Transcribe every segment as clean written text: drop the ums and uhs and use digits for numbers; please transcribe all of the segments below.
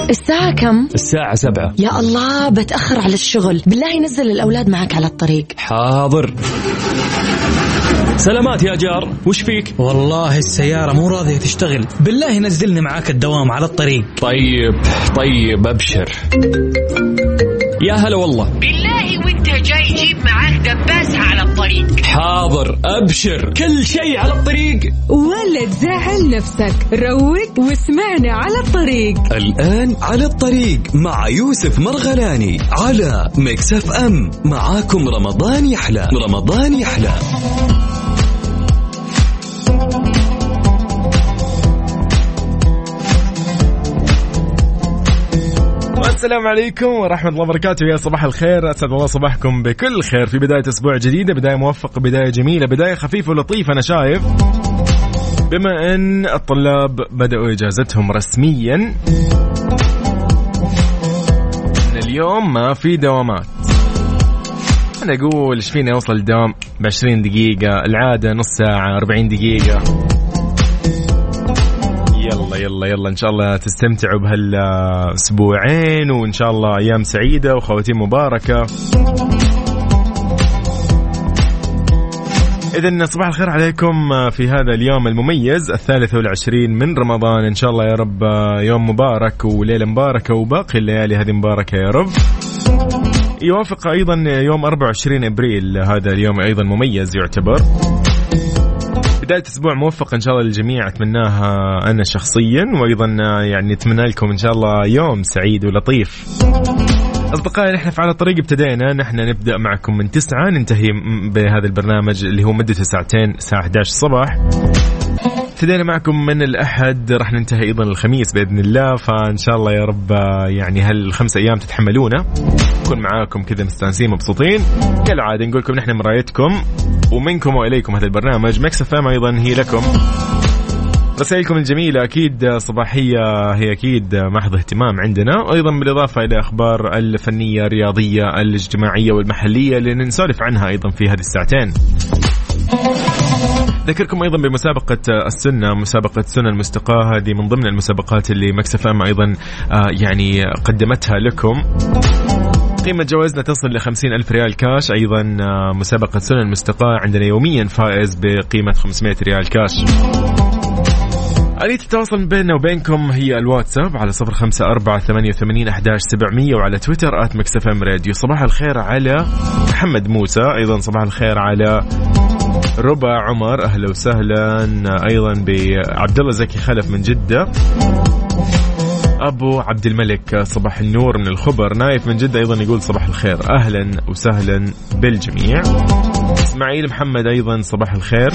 الساعة كم؟ الساعة 7. يا الله بتأخر على الشغل، بالله نزل الأولاد معك على الطريق. حاضر. سلامات يا جار، وش فيك؟ والله السيارة مو راضية تشتغل، بالله نزلني معاك الدوام على الطريق. طيب أبشر. يا هلا والله. بالله وانت جاي جيب معاك دباسة على الطريق. حاضر أبشر، كل شيء على الطريق. ولا تزعل نفسك، روق واسمعنا على الطريق. الآن على الطريق مع يوسف مرغلاني على ميكس اف ام. معاكم رمضان يحلى. السلام عليكم ورحمة الله وبركاته. يا صباح الخير، أسعد الله صباحكم بكل خير في بداية أسبوع جديدة، بداية موفقة، بداية جميلة، بداية خفيفة ولطيفة. أنا شايف بما أن الطلاب بدأوا إجازتهم رسميا من اليوم ما في دوامات. أنا أقول إيش فيني أوصل الدوام ب20 دقيقة، العادة نص ساعة 40 دقيقة. يلا إن شاء الله تستمتعوا بهالأسبوعين، وإن شاء الله أيام سعيدة وخواتيم مباركة. إذن صباح الخير عليكم في هذا اليوم المميز 23 من رمضان. إن شاء الله يا رب يوم مبارك وليلة مباركة وباقي الليالي هذه مباركة يا رب. يوافق أيضا يوم 24 أبريل، هذا اليوم أيضا مميز يعتبر. بداية أسبوع موفق إن شاء الله للجميع أتمناها أنا شخصيا، وأيضا يعني أتمنى لكم إن شاء الله يوم سعيد ولطيف. أصدقائي نحن في على الطريق ابتدينا، نحن نبدأ معكم من 9 ننتهي بهذا البرنامج اللي هو مدته ساعتين، الساعة 11 الصباح. ابتدينا معكم من الأحد، راح ننتهي أيضا الخميس بإذن الله. فإن شاء الله يا رب يعني هالخمس أيام تتحملونا، نكون معاكم كذا مستانسين مبسوطين. كالعادة نقول لكم نحن مرايتكم ومنكم وإليكم. هذا البرنامج ميكس اف ام أيضا هي لكم. رسائلكم الجميلة أكيد صباحية هي أكيد محض اهتمام عندنا، وأيضا بالإضافة إلى أخبار الفنية الرياضية الاجتماعية والمحلية اللي نسولف عنها أيضا في هذه الساعتين. ذكركم أيضا بمسابقة السنة، مسابقة سنة المستقاة، هذه من ضمن المسابقات اللي ميكس اف ام أيضا يعني قدمتها لكم. قيمة جوائزنا تصل ل50,000 ريال كاش. أيضا مسابقة سنة المستقاة عندنا يوميا فائز بقيمة 500 ريال كاش. آلية التواصل بيننا وبينكم هي الواتساب على 0548811700، وعلى تويتر @mixfmradio. صباح الخير على محمد موسى، أيضا صباح الخير على ربع عمر، أهلا وسهلا. أيضا بعبد الله زكي خلف من جدة. أبو عبد الملك صباح النور من الخبر. نايف من جدة أيضا يقول صباح الخير، أهلا وسهلا بالجميع. إسماعيل محمد أيضا صباح الخير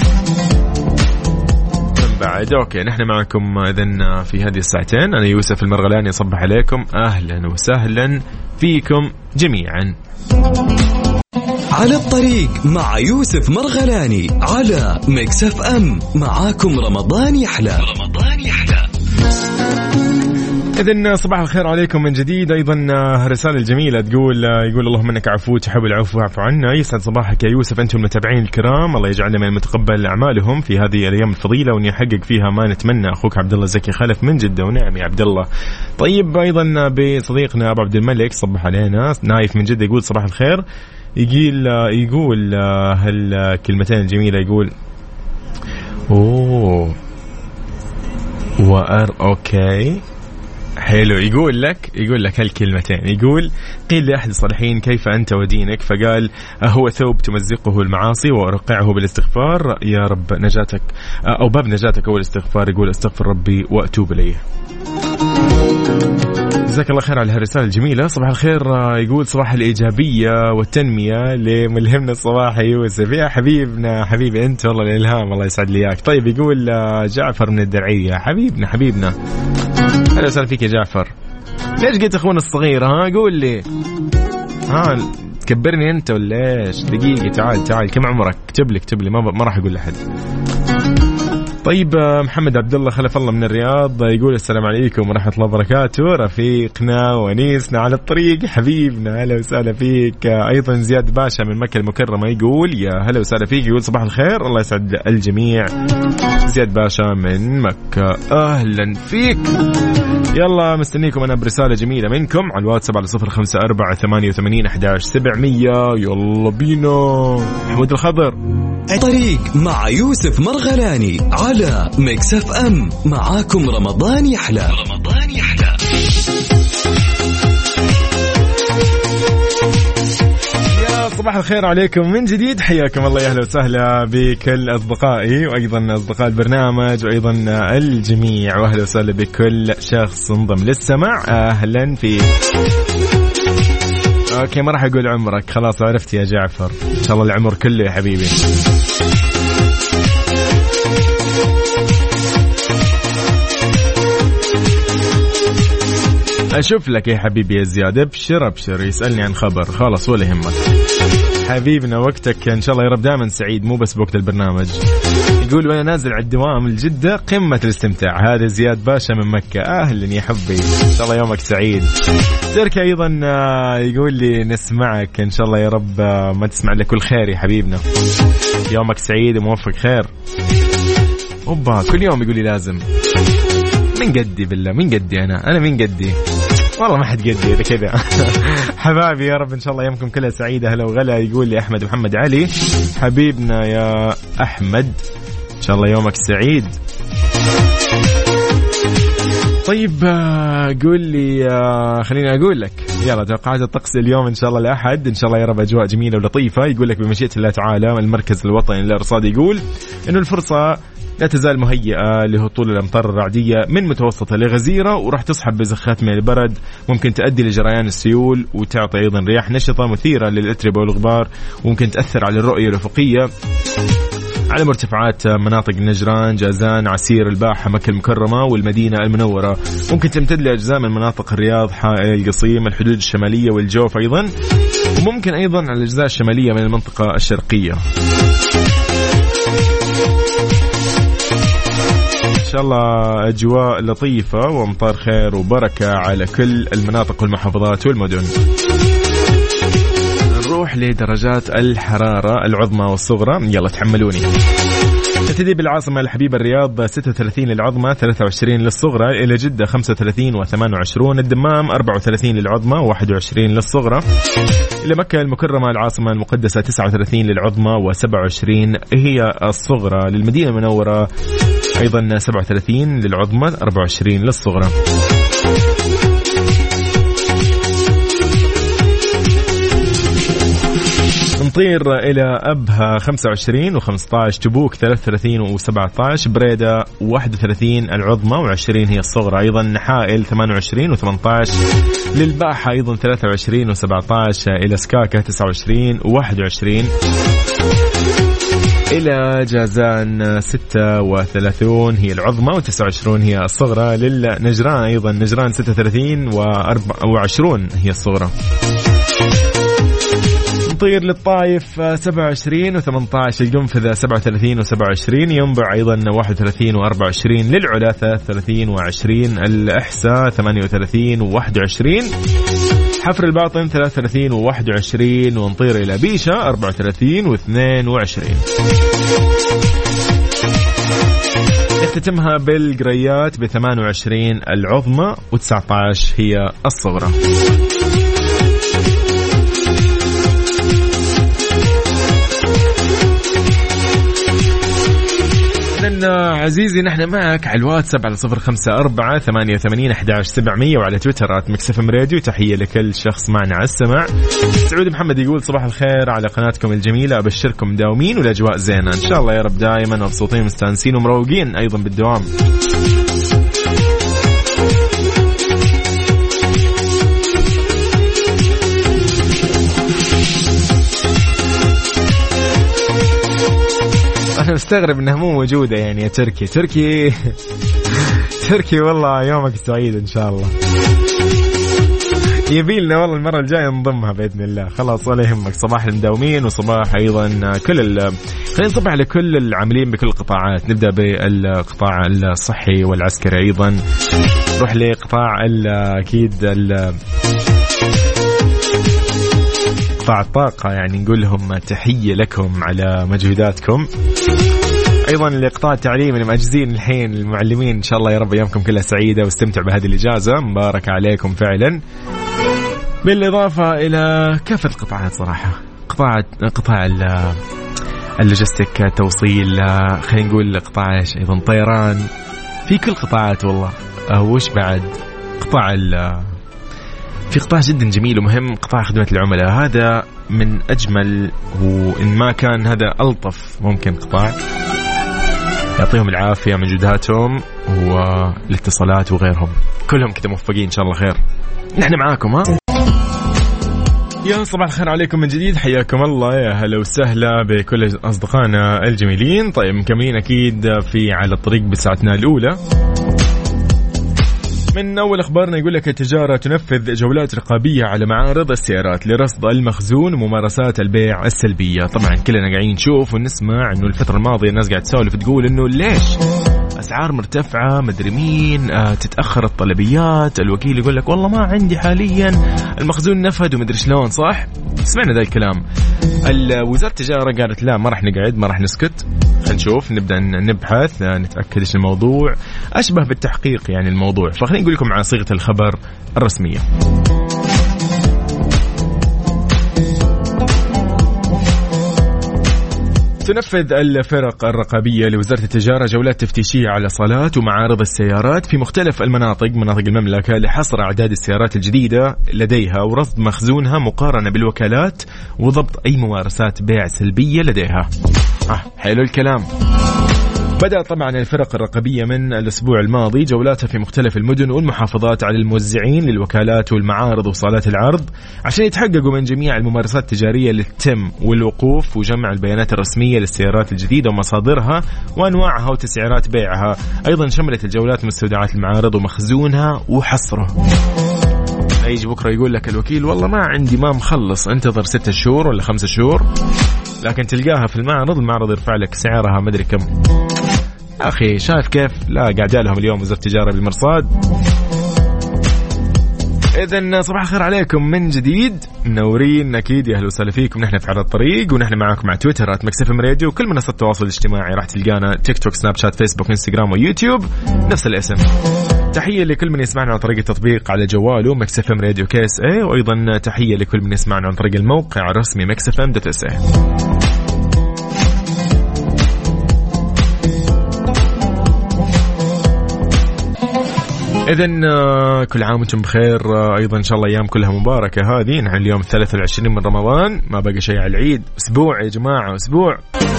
من بعد. أوكي نحن معكم إذن في هذه الساعتين. أنا يوسف المرغلاني صبح عليكم، أهلا وسهلا فيكم جميعا. على الطريق مع يوسف مرغلاني على ميكس اف ام. معاكم رمضان يحلى. إذن صباح الخير عليكم من جديد. أيضا رسالة الجميلة تقول يقول اللهم إنك عفو تحب العفو واعف عنا. يسعد صباحك يا يوسف أنتم المتابعين الكرام، الله يجعلنا من المتقبل أعمالهم في هذه الأيام الفضيلة، وأن يحقق فيها ما نتمنى. أخوك عبد الله زكي خلف من جدة. ونعم يا عبد الله. طيب أيضا بصديقنا أبو عبد الملك صبح علينا. نايف من جدة يقول صباح الخير، يقول هالكلمتين الجميلة، يقول أوكي حلو. يقول لك هالكلمتين، يقول قيل لأحد الصالحين كيف أنت ودينك، فقال هو ثوب تمزقه المعاصي وأرقعه بالاستغفار يا رب نجاتك، أو باب نجاتك هو الاستغفار. يقول استغفر ربي وأتوب إليه. جزاك الله خير على هالرسالة الجميلة. صباح الخير يقول صباح الإيجابية والتنمية لملهمنا الصباح يوسف. يا حبيبي أنت والله الإلهام، الله يسعد لي إياك. طيب يقول جعفر من الدرعية، حبيبنا أهلا وسهلا فيك يا جعفر. ليش قلت أخونا الصغير؟ قول لي تكبرني أنت ولا إيش؟ دقيقة تعال كم عمرك؟ اكتب لي ما راح أقول لحد. طيب محمد عبد الله خلف الله من الرياض يقول السلام عليكم ورحمة الله وبركاته، رفيقنا ونيسنا على الطريق حبيبنا، هلا وسهلا فيك. أيضا زياد باشا من مكة المكرمة يقول يا هلا وسهلا فيك، يقول صباح الخير، الله يسعد الجميع. زياد باشا من مكة أهلا فيك. يلا مستنيكم أنا برسالة جميلة منكم على الواتساب على 0548811700. يلا بينا. محمود الخضر طريق مع يوسف مرغلاني على ميكس اف ام. معاكم رمضان يحلى. رمضان يحلى. يا صباح الخير عليكم من جديد، حياكم الله، يا اهلا وسهلا بكل اصدقائي وايضا اصدقاء البرنامج وايضا الجميع، واهلا وسهلا بكل شخص انضم للسمع، اهلا فيك. اوكي ما راح اقول عمرك، خلاص عرفت يا جعفر، ان شاء الله العمر كله يا حبيبي. اشوف لك يا حبيبي يا زياد، ابشر ابشر، يسألني عن خبر خلاص ولا يهمك حبيبنا، وقتك ان شاء الله يا رب دائما سعيد، مو بس بوقت البرنامج. يقول وانا نازل على الدوام الجدة قمة الاستمتاع، هذا زياد باشا من مكة، اهلا يا حبي، ان شاء الله يومك سعيد. تركي ايضا يقول لي نسمعك ان شاء الله يا رب ما تسمع لك كل خير يا حبيبنا، يومك سعيد وموفق خير. اوبا كل يوم يقول لي لازم، من قدي بالله، من قدي انا من قدي والله ما حد قدي اذا كذا. حبايبي يا رب ان شاء الله يومكم كلها سعيده. هلا وغلا. يقول لي احمد محمد علي حبيبنا يا احمد ان شاء الله يومك سعيد. طيب قول لي خليني اقول لك، يلا توقعات الطقس اليوم ان شاء الله الاحد، ان شاء الله يا رب اجواء جميله ولطيفه. يقول لك بمشيئه الله تعالى المركز الوطني للارصاد يقول انه الفرصه لا تزال مهيئة لهطول الأمطار الرعدية من متوسطة لغزيرة، وراح تصحب بزخات من البرد ممكن تؤدي لجريان السيول، وتعطي أيضا رياح نشطة مثيرة للأتربة والغبار، وممكن تأثر على الرؤية الأفقية على مرتفعات مناطق نجران، جازان، عسير، الباحة، مكة المكرمة والمدينة المنورة. ممكن تمتد لأجزاء من مناطق الرياض، حائل، القصيم، الحدود الشمالية والجوف أيضا، وممكن أيضا على الأجزاء الشمالية من المنطقة الشرقية. إن شاء الله أجواء لطيفة وأمطار خير وبركة على كل المناطق والمحافظات والمدن. نروح لدرجات الحرارة العظمى والصغرى، يلا تحملوني. نبتدي بالعاصمة الحبيبة الرياض 36 للعظمى 23 للصغرى، إلى جدة 35 و28، الدمام 34 للعظمى 21 للصغرى، إلى مكة المكرمة العاصمة المقدسة 39 للعظمى و27 هي الصغرى، للمدينة المنورة أيضا 37 للعظمى 24 للصغرى. نطير إلى أبها 25 و15، تبوك 33 و17، بريدة 31 العظمى و20 هي الصغرى، أيضا حائل 28 و18، للباحة أيضا 23 و17، إلى سكاكة 29 و21، إلى جازان 36 هي العظمى و29 هي الصغرى، للنجران أيضا نجران 36 و20 هي الصغرى. نطير للطائف 27 و18، القنفذة 37 و27، ينبع أيضا 31 و24، للعلا 33 و20، الأحساء 38 و21، حفر الباطن 33 و21، ونطير إلى بيشة 34 و22. اختتمها بالقريات ب 28 العظمى و19 هي الصغرى. عزيزي نحن معك على الواتساب على 0548811700 وعلى تويتر @مكسفم راديو. تحية لكل شخص معنا على السمع. سعود محمد يقول صباح الخير على قناتكم الجميلة، أبشركم مداومين والأجواء زينة إن شاء الله يا رب، دائما مبسوطين مستانسين ومروقين أيضا بالدوام. أنا مستغرب إنها مو موجودة يعني يا تركي. تركي والله يومك سعيد إن شاء الله. يبيلنا والله المرة الجاية نضمها بإذن الله. خلاص ولا يهمك. صباح المداومين وصباح أيضا خلينا نصبح على كل العاملين بكل القطاعات. نبدأ بالقطاع الصحي والعسكري، أيضا نروح لقطاع أكيد قطاع الطاقة، يعني نقول لهم تحية لكم على مجهوداتكم. أيضا لقطاع التعليم اللي مأجزين الحين، المعلمين إن شاء الله يا رب أيامكم كلها سعيدة واستمتعوا بهذه الإجازة، مبارك عليكم فعلا. بالإضافة إلى كافة القطاعات صراحة، قطاع اللوجستيك، توصيل، خلينا نقول قطاع إيش أيضا طيران، في كل قطاعات والله. وش بعد في قطاع جدا جميل ومهم، قطاع خدمة العملاء. هذا من أجمل، وإن ما كان هذا ألطف ممكن قطاع. يعطيهم العافية من جهداتهم والاتصالات وغيرهم، كلهم كده موفقين إن شاء الله خير. نحن معاكم. يا صباح الخير عليكم من جديد، حياكم الله، يا هلا وسهلا بكل أصدقائنا الجميلين. طيب مكملين أكيد في على الطريق بساعتنا الأولى. من أول أخبارنا يقول لك التجارة تنفذ جولات رقابية على معارض السيارات لرصد المخزون وممارسات البيع السلبية. طبعا كلنا قاعدين نشوف ونسمع إنه الفترة الماضية الناس قاعد تسولف تقول إنه ليش أسعار مرتفعة، مدري مين، تتأخر الطلبيات، الوكيل يقول لك والله ما عندي حاليا، المخزون نفد ومدري شلون. صح؟ سمعنا ذا الكلام. وزارة التجارة قالت لا، ما راح نقعد، ما راح نسكت، خلينا نشوف، نبدأ نبحث، نتأكد إيش الموضوع. أشبه بالتحقيق يعني الموضوع. فخلينا نقول لكم على صيغة الخبر الرسمية. تنفذ الفرق الرقابية لوزارة التجارة جولات تفتيشية على صالات ومعارض السيارات في مختلف مناطق المملكة لحصر أعداد السيارات الجديدة لديها ورصد مخزونها مقارنة بالوكالات وضبط أي ممارسات بيع سلبية لديها. حلو الكلام. بدأ طبعا الفرق الرقابية من الأسبوع الماضي جولاتها في مختلف المدن والمحافظات على الموزعين للوكالات والمعارض وصالات العرض عشان يتحققوا من جميع الممارسات التجارية اللي تتم، والوقوف وجمع البيانات الرسمية للسيارات الجديدة ومصادرها وأنواعها وتسعيرات بيعها. أيضا شملت الجولات مستودعات المعارض ومخزونها وحصره. يجي بكرة يقول لك الوكيل والله ما عندي، ما مخلص، انتظر 6 شهور ولا 5 شهور، لكن تلقاها في المعرض يرفع لك سعرها مدري كم. أخي شايف كيف؟ لا قاعد لهم اليوم وزارة التجارة بالمرصاد. إذن صباح الخير عليكم من جديد، منورين أكيد، يا أهلا وسهلا فيكم. نحن في على الطريق ونحن معاكم على تويتر @مكسفم راديو وكل منصات التواصل الاجتماعي راح تلقانا، تيك توك، سناب شات، فيسبوك، انستغرام ويوتيوب نفس الاسم. تحية لكل من يسمعنا عن طريق التطبيق على جواله مكسفم راديو KSA، وأيضا تحية لكل من يسمعنا عن طريق الموقع الرسمي mixfm.sa. إذن كل عام وانتم بخير. أيضا إن شاء الله أيام كلها مباركة. هذه نحن اليوم 23 من رمضان، ما بقى شيء على العيد، أسبوع يا جماعة، أسبوع.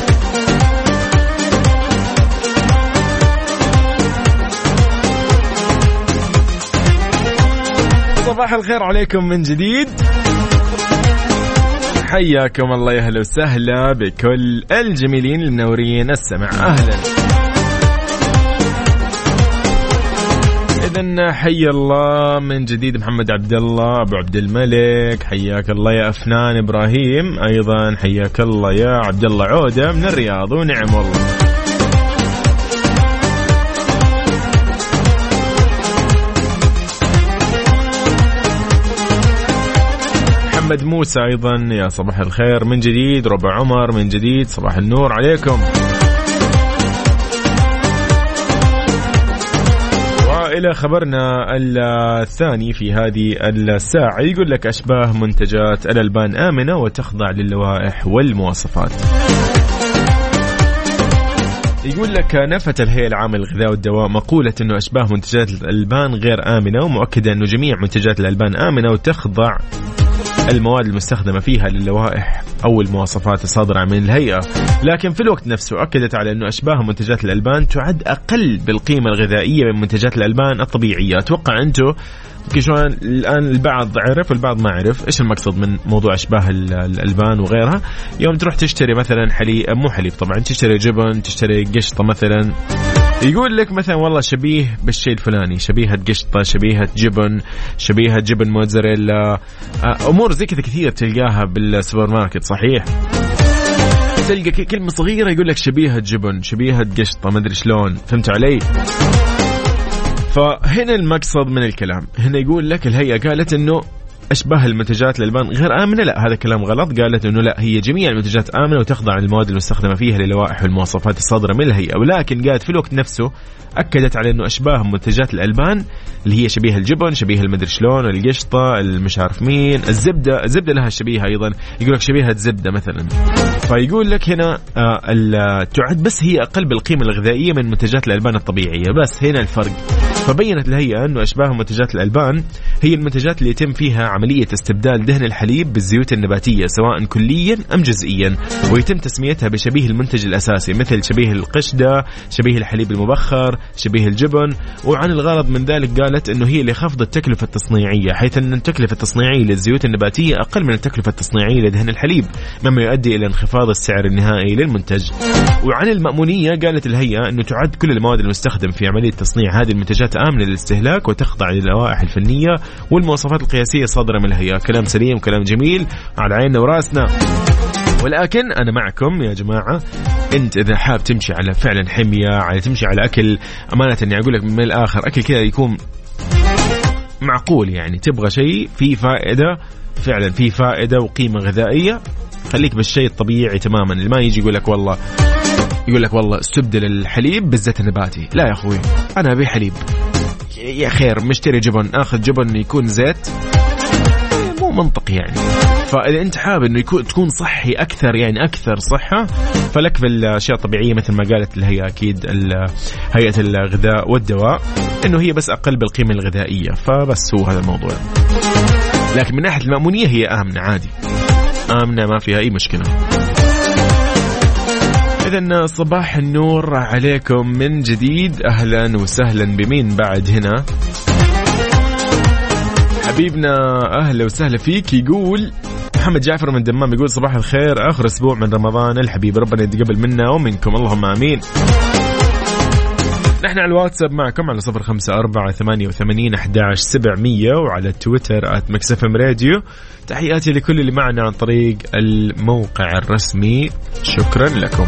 صباح الخير عليكم من جديد، حياكم الله، يا هلا وسهلا بكل الجميلين المنورين السمع. أهلا. إذن حي الله من جديد محمد عبد الله أبو عبد الملك، حياك الله يا أفنان إبراهيم، أيضا حياك الله يا عبد الله عودة من الرياض، ونعم والله. محمد موسى أيضا يا صباح الخير من جديد، ربع عمر من جديد، صباح النور عليكم. إلى خبرنا الثاني في هذه الساعة، يقول لك أشباه منتجات الألبان آمنة وتخضع للوائح والمواصفات. يقول لك نفت الهيئة العامة للغذاء والدواء مقولة أنه أشباه منتجات الألبان غير آمنة، ومؤكدة أنه جميع منتجات الألبان آمنة وتخضع المواد المستخدمة فيها للوائح أو المواصفات الصادرة من الهيئة. لكن في الوقت نفسه أكدت على أنه أشباه منتجات الألبان تعد أقل بالقيمة الغذائية من منتجات الألبان الطبيعية. أتوقع أنتم شلون الآن البعض عرف والبعض ما عرف إيش المقصد من موضوع أشباه الألبان وغيرها. يوم تروح تشتري مثلا حليب، مو حليب طبعا، تشتري جبن، تشتري قشطة مثلا، يقول لك مثلا والله شبيه بالشيء الفلاني، شبيهة قشطة، شبيهة جبن، شبيهة جبن موتزاريلا، أمور زي كذا كثير تلقاها بالسوبر ماركت. صحيح تلقى كلمة صغيرة يقول لك شبيهة جبن، شبيهة قشطة، ما أدري شلون، فهمت علي؟ فهنا المقصد من الكلام، هنا يقول لك الهيئة قالت إنه أشباه المنتجات الألبان غير آمنة. لا، هذا كلام غلط. قالت إنه لا، هي جميع المنتجات آمنة وتخضع للمواد المستخدمة فيها للوائح والمواصفات الصادرة من الهيئة، ولكن قالت في الوقت نفسه أكدت على إنه أشباه منتجات الألبان اللي هي شبيه الجبن، شبيه المدري شلون، القشطة، المش عارف مين، الزبدة لها شبيهة أيضا، يقول لك شبيهة زبدة مثلا. فيقول لك هنا تعد بس هي أقل بالقيمة الغذائية من منتجات الألبان الطبيعية، بس هنا الفرق. فبينت الهيئة أنه أشباه منتجات الألبان هي المنتجات اللي يتم فيها عملية استبدال دهن الحليب بالزيوت النباتية سواء كليا أم جزئيا، ويتم تسميتها بشبيه المنتج الأساسي مثل شبيه القشدة، شبيه الحليب المبخر، شبيه الجبن. وعن الغرض من ذلك قالت أنه هي لخفض التكلفة التصنيعية، حيث أن التكلفة التصنيعية للزيوت النباتية أقل من التكلفة التصنيعية لدهن الحليب، مما يؤدي إلى انخفاض السعر النهائي للمنتج. وعن المأمونية قالت الهيئة أنه تعد كل المواد المستخدم في عملية تصنيع هذه المنتجات آمنة للاستهلاك وتخضع للوائح الفنية والمواصفات القياسية الصادرة من الهيئة. كلام سليم، كلام جميل، على عيننا وراسنا. ولكن أنا معكم يا جماعة، أنت إذا حاب تمشي على فعلا حمية، على تمشي على أكل أمانة، إني أقول لك من الآخر أكل كذا يكون معقول، يعني تبغى شيء فيه فائدة، فعلا فيه فائدة وقيمة غذائية، خليك بالشيء الطبيعي تماما. اللي ما يجي يقول لك والله استبدل الحليب بالزيت النباتي. لا يا أخوي، أنا أبي حليب يا خير، مشتري جبن، أخذ جبن يكون زيت، مو منطق يعني. فإذا أنت حابب إنه تكون صحي أكثر، يعني أكثر صحة، فلك في الأشياء الطبيعية مثل ما قالت الهيئة، أكيد هيئة الغذاء والدواء، إنه هي بس أقل بالقيمة الغذائية، فبس هو هذا الموضوع. لكن من ناحية المأمونية هي آمنة عادي، آمنة ما فيها أي مشكلة. إذن صباح النور عليكم من جديد، أهلا وسهلا بمين بعد هنا حبيبنا، أهلا وسهلا فيك. يقول محمد جعفر من دمام، يقول صباح الخير، آخر أسبوع من رمضان الحبيب، ربنا يتقبل منا ومنكم، اللهم آمين. نحن على الواتساب معكم على 0548811700 وعلى تويتر @مكسفمراديو. تحياتي لكل اللي معنا عن طريق الموقع الرسمي، شكرا لكم.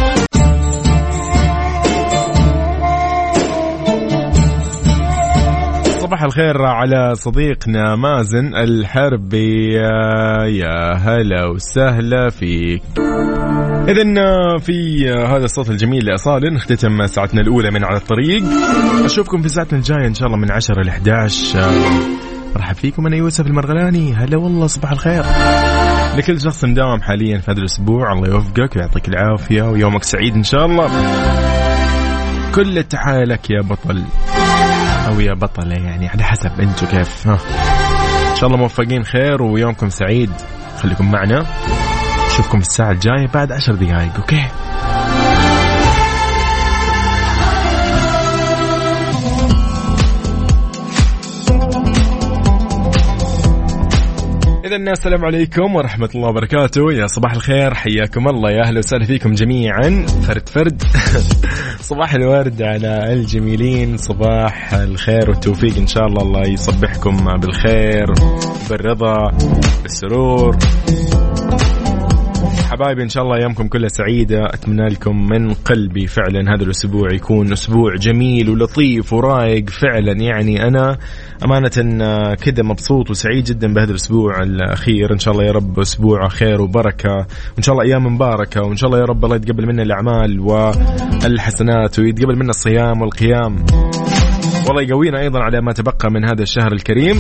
صباح الخير على صديقنا مازن الحربي، يا هلا وسهلا فيك. إذن في هذا الصوت الجميل لأصالة نختتم ساعتنا الأولى من على الطريق. أشوفكم في ساعتنا الجاية إن شاء الله من 10 ل 11. مرحب فيكم، أنا يوسف المرغلاني. هلا والله، صباح الخير لكل شخص مداوم حاليا في هذا الأسبوع، الله يوفقك ويعطيك العافية ويومك سعيد إن شاء الله. كل التحية لك يا بطل أو يا بطلة، يعني على حسب أنتوا كيف. إن شاء الله موفقين خير ويومكم سعيد. خليكم معنا، أشوفكم الساعة الجاية بعد 10 دقائق. أوكي، إذن السلام عليكم ورحمة الله وبركاته. يا صباح الخير، حياكم الله، يا أهلا وسهلا فيكم جميعا، فرد صباح الورد على الجميلين، صباح الخير والتوفيق إن شاء الله. الله يصبحكم بالخير، بالرضا، بالسرور. حبايبي إن شاء الله أيامكم كلها سعيدة، أتمنى لكم من قلبي فعلا هذا الأسبوع يكون أسبوع جميل ولطيف ورايق فعلا. يعني أنا أمانة كده مبسوط وسعيد جدا بهذا الأسبوع الأخير. إن شاء الله يا رب أسبوع خير وبركة، وإن شاء الله أيام مباركة، وإن شاء الله يا رب الله يتقبل منا الأعمال والحسنات ويتقبل منا الصيام والقيام، والله يقوينا أيضا على ما تبقى من هذا الشهر الكريم.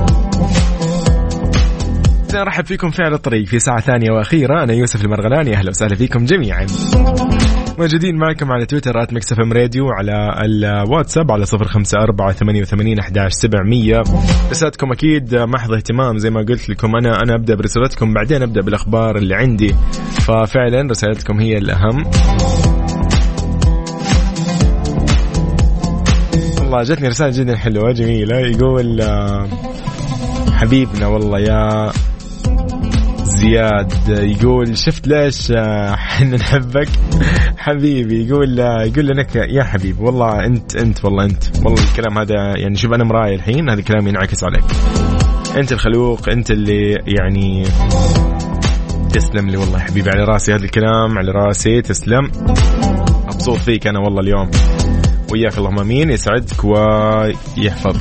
نرحب فيكم في على الطريق في ساعة ثانية وأخيرة. أنا يوسف المرغلاني، أهلا وسهلا فيكم جميعا. موجودين معكم على تويتر @مكسفمراديو، على الواتساب على 0548811700. رسالتكم أكيد محض اهتمام، زي ما قلت لكم أنا أبدأ برسالتكم، بعدين أبدأ بالأخبار اللي عندي، ففعلا رسالتكم هي الأهم. والله جتني رسالة جدا حلوة جميلة. يقول حبيبنا والله يا زياد، يقول شفت ليش حنا نحبك حبيبي. يقول لك يا حبيبي والله انت والله الكلام هذا يعني شوف انا مراي الحين، هذا الكلام ينعكس عليك، انت الخلوق، انت اللي يعني تسلم لي والله حبيبي، على راسي هذا الكلام، على راسي تسلم. مبسوط فيك انا والله اليوم وياك، اللهم امين، يسعدك ويحفظك.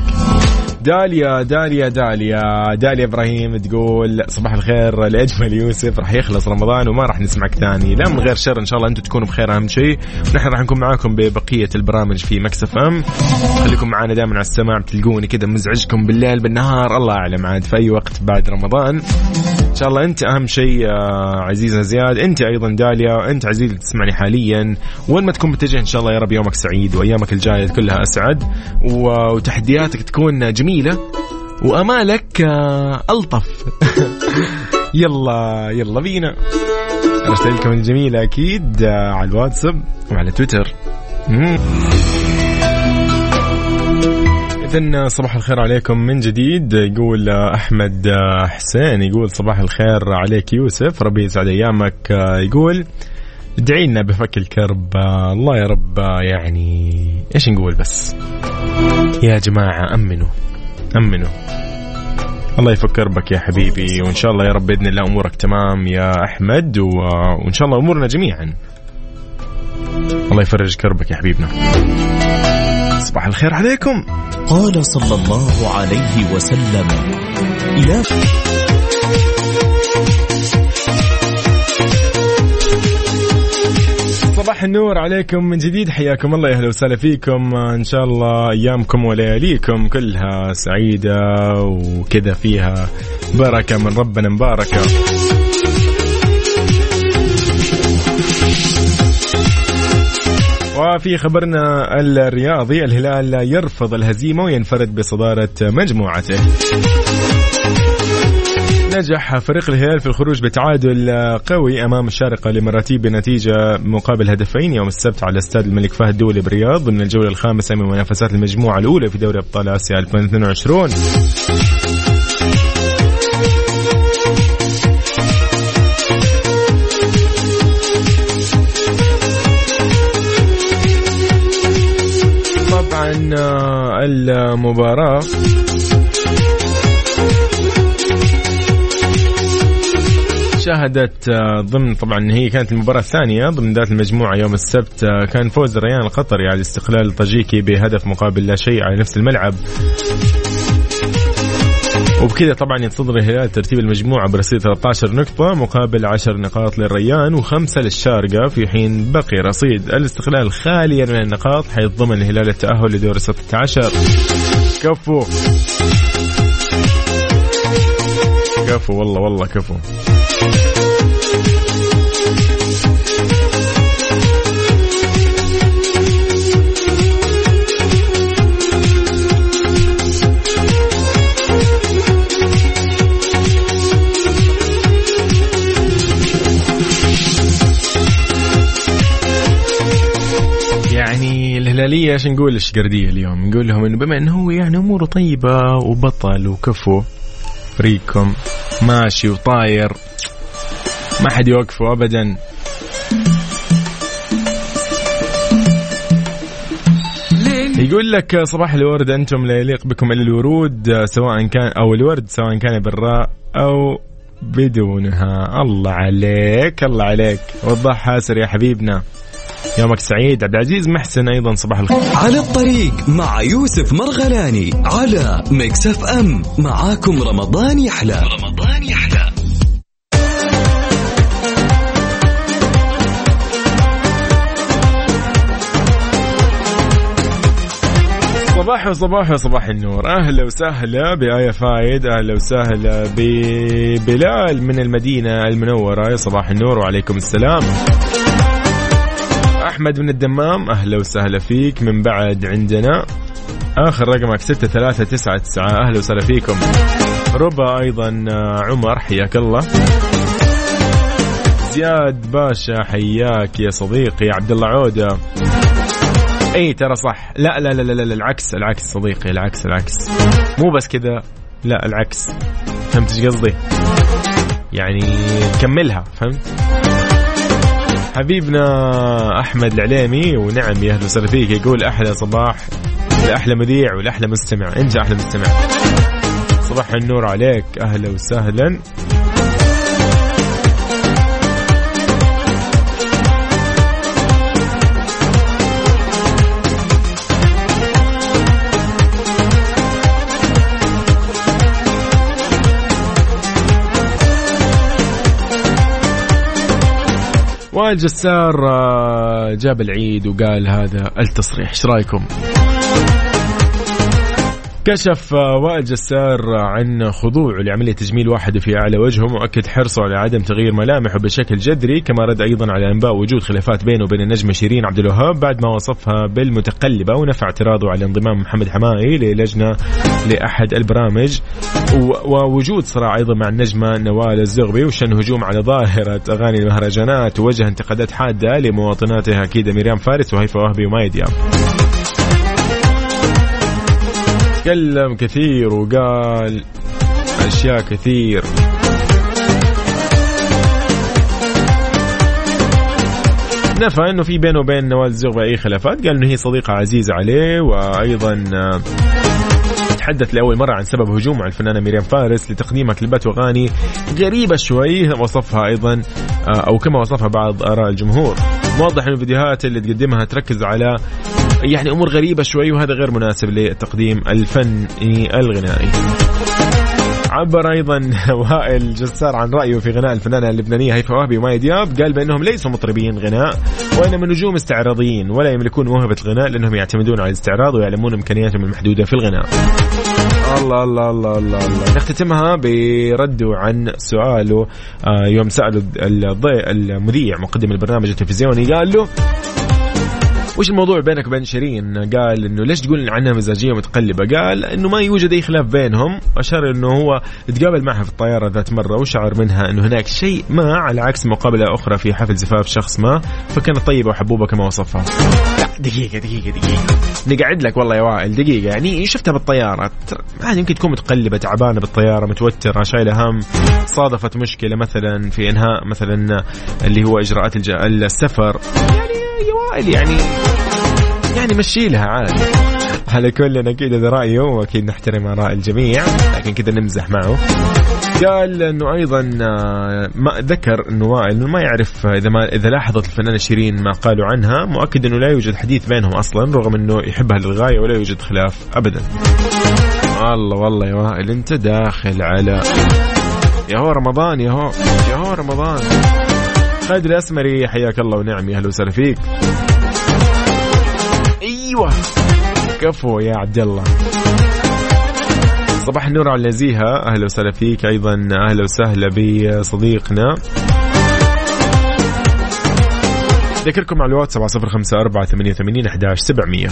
داليا إبراهيم تقول صباح الخير لأجمل يوسف، راح يخلص رمضان وما راح نسمعك تاني، لا من غير شر إن شاء الله، أنتم تكونوا بخير أهم شيء، ونحن راح نكون معاكم ببقية البرامج في مكس اف ام. خليكم معانا دائما على السماع، بتلقوني كده مزعجكم بالليل بالنهار الله أعلم عاد في أي وقت بعد رمضان إن شاء الله. أنت أهم شيء عزيزنا زياد، أنت أيضا داليا، أنت عزيز تسمعني حاليا، وين ما تكون متجه إن شاء الله يا رب يومك سعيد وأيامك الجاية كلها أسعد، وتحدياتك تكون جميلة وأمالك ألطف. يلا بينا رسائلكم الجميلة أكيد على الواتساب وعلى تويتر. إذن صباح الخير عليكم من جديد. يقول أحمد حسين، يقول صباح الخير عليك يوسف، ربي يسعد أيامك. يقول ادعي لنا بفك الكرب. الله يا رب، يعني إيش نقول بس يا جماعة، أمنوا الله يفك كربك يا حبيبي، وإن شاء الله يا رب بإذن الله أمورك تمام يا أحمد، وإن شاء الله أمورنا جميعا الله يفرج كربك يا حبيبنا. صباح الخير عليكم. قال صلى الله عليه وسلم يا صباح النور عليكم من جديد، حياكم الله، يا أهلا وسهلا فيكم. إن شاء الله أيامكم ولياليكم كلها سعيدة وكذا فيها بركة من ربنا مباركة. وفي خبرنا الرياضي، الهلال يرفض الهزيمة وينفرد بصدارة مجموعته. نجح فريق الهلال في الخروج بتعادل قوي أمام الشارقة الإماراتي بنتيجة مقابل هدفين يوم السبت على استاد الملك فهد الدولي بالرياض ضمن الجولة الخامسة من منافسات المجموعة الأولى في دوري أبطال آسيا 2022. طبعا المباراة شاهدت ضمن، طبعا هي كانت المباراة الثانية ضمن ذات المجموعة يوم السبت، كان فوز الريان القطري على الاستقلال الطاجيكي بهدف مقابل لا شيء على نفس الملعب، وبكذا طبعا يتصدر الهلال ترتيب المجموعة برصيد 13 نقطة مقابل 10 نقاط للريان و5 للشارقة، في حين بقي رصيد الاستقلال خاليا من النقاط، حيث ضمن الهلال التأهل لدور 16. كفو والله كفو. يعني الهلالية ايش نقول للشقردية اليوم؟ نقول لهم انه بما انه هو يعني اموره طيبة وبطل وكفو، فريقكم ماشي وطاير، ما حد يوقفه ابدا. يقول لك صباح الورد، انتم لا يليق بكم الا الورود سواء كان او الورد سواء كان بالراء او بدونها. الله عليك وضح حاسر يا حبيبنا، يومك سعيد. عبد العزيز محسن أيضا صباح الخير. على الطريق مع يوسف مرغلاني على ميكس اف ام، معاكم رمضان يحلى. صباح النور. أهلا وسهلا بآية فايد، أهلا وسهلا ببلال من المدينة المنورة، يا صباح النور وعليكم السلام. أحمد من الدمام، أهلا وسهلا فيك. من بعد عندنا آخر رقمك 6399، أهلا وسهلا فيكم. ربا أيضا عمر، حياك الله. زياد باشا حياك يا صديقي. عبد الله عودة اي ترى صح. لا لا لا لا, لا العكس صديقي، العكس مو بس كذا، لا العكس. فهمت ايش قصدي؟ يعني كملها، فهمت؟ حبيبنا أحمد العليمي، ونعم يا أهلا وسهلا فيك، يقول أحلى صباح لأحلى مذيع ولأحلى مستمع. أنت أحلى مستمع، صباح النور عليك، أهلا وسهلا. وائل جسار جاب العيد وقال هذا التصريح، ايش رايكم؟ كشف وائل جسار عن خضوعه لعملية تجميل واحدة في أعلى وجهه، مؤكد حرصه على عدم تغيير ملامحه بشكل جذري، كما رد أيضا على أنباء وجود خلافات بينه وبين النجمة شيرين عبد الوهاب بعد ما وصفها بالمتقلبة، ونفى اعتراضه على انضمام محمد حمائي للجنة لأحد البرامج، ووجود صراع أيضا مع النجمة نوال الزغبي، وشن هجوم على ظاهرة أغاني المهرجانات، ووجه انتقادات حادة لمواطناتها أكيد ميريام فارس وهيفاء وهبي وماي دياب. تكلم كثير وقال أشياء كثير. نفى أنه في بينه وبين نوال الزغبي أي خلافات، قال أنه هي صديقة عزيزة عليه، وأيضا تحدث لأول مرة عن سبب هجومه على الفنانة ميريام فارس لتقديمها كليبات وأغاني غريبة شوي، وصفها أيضا أو كما وصفها بعض آراء الجمهور، موضح أن الفيديوهات اللي تقدمها تركز على يعني أمور غريبة شوي، وهذا غير مناسب للتقديم الفني الغنائي. عبر أيضا وائل جسار عن رأيه في غناء الفنانة اللبنانية هيفاء وهبي وماي دياب، قال بأنهم ليسوا مطربين غناء، وإنما نجوم استعراضيين ولا يملكون موهبة الغناء، لأنهم يعتمدون على الاستعراض ويعلمون إمكانياتهم المحدودة في الغناء. الله الله الله الله الله. نختتمها برده عن سؤاله يوم سأله المذيع مقدم البرنامج التلفزيوني، قال له وش الموضوع بينك وبين شيرين؟ قال إنه ليش تقول عنها مزاجية متقلبة؟ قال إنه ما يوجد أي خلاف بينهم، أشار إنه هو تقابل معها في الطيارة ذات مرة وشعر منها إنه هناك شيء ما، على عكس مقابلة أخرى في حفل زفاف شخص ما، فكانت طيبة وحبوبة كما وصفها. لا دقيقة نقعد لك والله يا وائل، دقيقة يعني شفتها بالطيارة، عادي يمكن تكون متقلبة تعبانة بالطيارة متوترة شايلة هم، صادفت مشكلة مثلا في إنهاء مثلا اللي هو إجراءات السفر، يعني يا وائل يعني مشي لها عادي. على كل أكيد هذا رأيه وأكيد نحترم آراء الجميع، لكن كده نمزح معه. قال إنه أيضا ما ذكر إنه وائل إنه ما يعرف إذا لاحظت الفنانة شيرين ما قالوا عنها، مؤكد إنه لا يوجد حديث بينهم أصلا رغم إنه يحبها للغاية ولا يوجد خلاف أبدا. الله والله يا وائل أنت داخل على يا هو رمضان، يا هو رمضان. خالد الأسمري حياك الله ونعم، يا أهلا وسهلا فيك. أيوة كفو يا عبد الله. صباح النور على النزيهة، أهلا وسهلا فيك أيضا، أهلا وسهلا بصديقنا. ذكركم على الواتس 705488111700.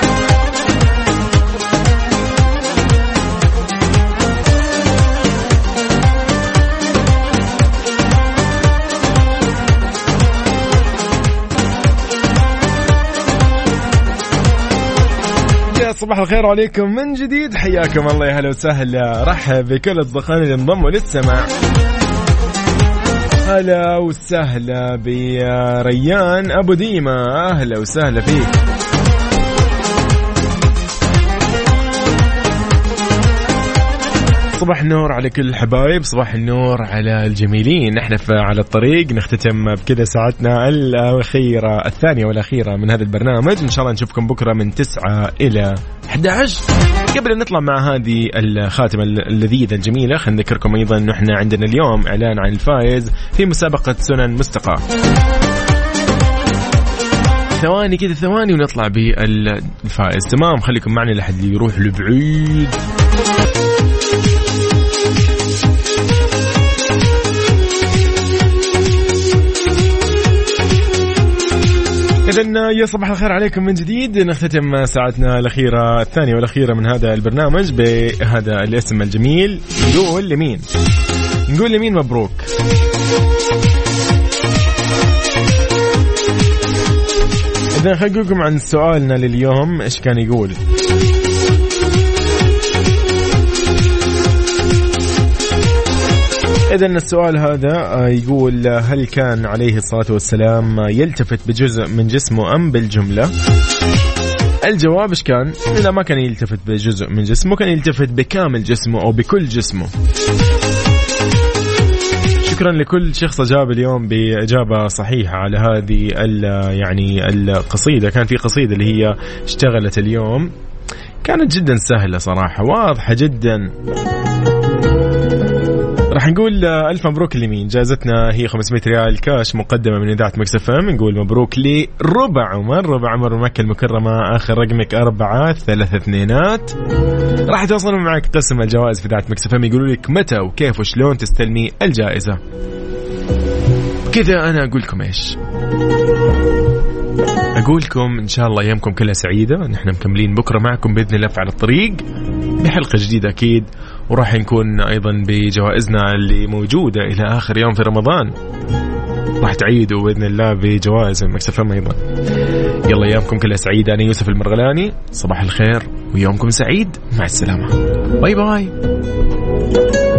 صباح الخير عليكم من جديد، حياكم الله، يا هلا وسهلا، رحب بكل الضخان اللي انضموا للسماع. هلا وسهلا بريان أبو ديمة، أهلا وسهلا فيك. صباح النور على كل الحبايب، صباح النور على الجميلين. احنا على الطريق نختتم بكذا ساعتنا الأخيرة، الثانية والأخيرة من هذا البرنامج. إن شاء الله نشوفكم بكرة من 9 إلى 11. قبل أن نطلع مع هذه الخاتمة اللذيذة الجميلة، خلينا نذكركم أيضا أنه احنا عندنا اليوم إعلان عن الفائز في مسابقة سنن مستقى. ثواني كده ثواني ونطلع بالفائز. تمام، خليكم معنا لحد اللي يروح لبعيد. إذن يا صباح الخير عليكم من جديد. نختتم ساعتنا الأخيرة، الثانية والأخيرة من هذا البرنامج بهذا الاسم الجميل. نقول لمين مبروك. إذن إذا خلينا نقولكم عن سؤالنا لليوم إيش كان يقول. إذن السؤال هذا يقول هل كان عليه الصلاة والسلام يلتفت بجزء من جسمه أم بالجملة؟ الجواب إيش كان؟ إذا ما كان يلتفت بجزء من جسمه كان يلتفت بكامل جسمه أو بكل جسمه. شكرا لكل شخص جاب اليوم بإجابة صحيحة على هذه يعني القصيدة. كان في قصيدة اللي هي اشتغلت اليوم كانت جدا سهلة صراحة، واضحة جدا. راح نقول ألف مبروك لمين. جائزتنا هي 500 ريال كاش مقدمة من إذاعة مكس اف ام. نقول مبروك لربع عمر مكة المكرمة، آخر رقمك 432. راح يتواصلون معك قسم الجوائز في إذاعة مكس اف ام، يقولوا لك متى وكيف وشلون تستلمي الجائزة. كذا أنا أقول لكم إيش، أقول لكم إن شاء الله أيامكم كلها سعيدة. نحن مكملين بكرة معكم بإذن الله على الطريق بحلقة جديدة أكيد، وراح نكون أيضا بجوائزنا اللي موجودة إلى آخر يوم في رمضان. راح تعيدوا بإذن الله بجوائز المكس اف ام أيضا. يلا أيامكم كلها سعيدة. أنا يوسف المرغلاني، صباح الخير ويومكم سعيد، مع السلامة، باي باي.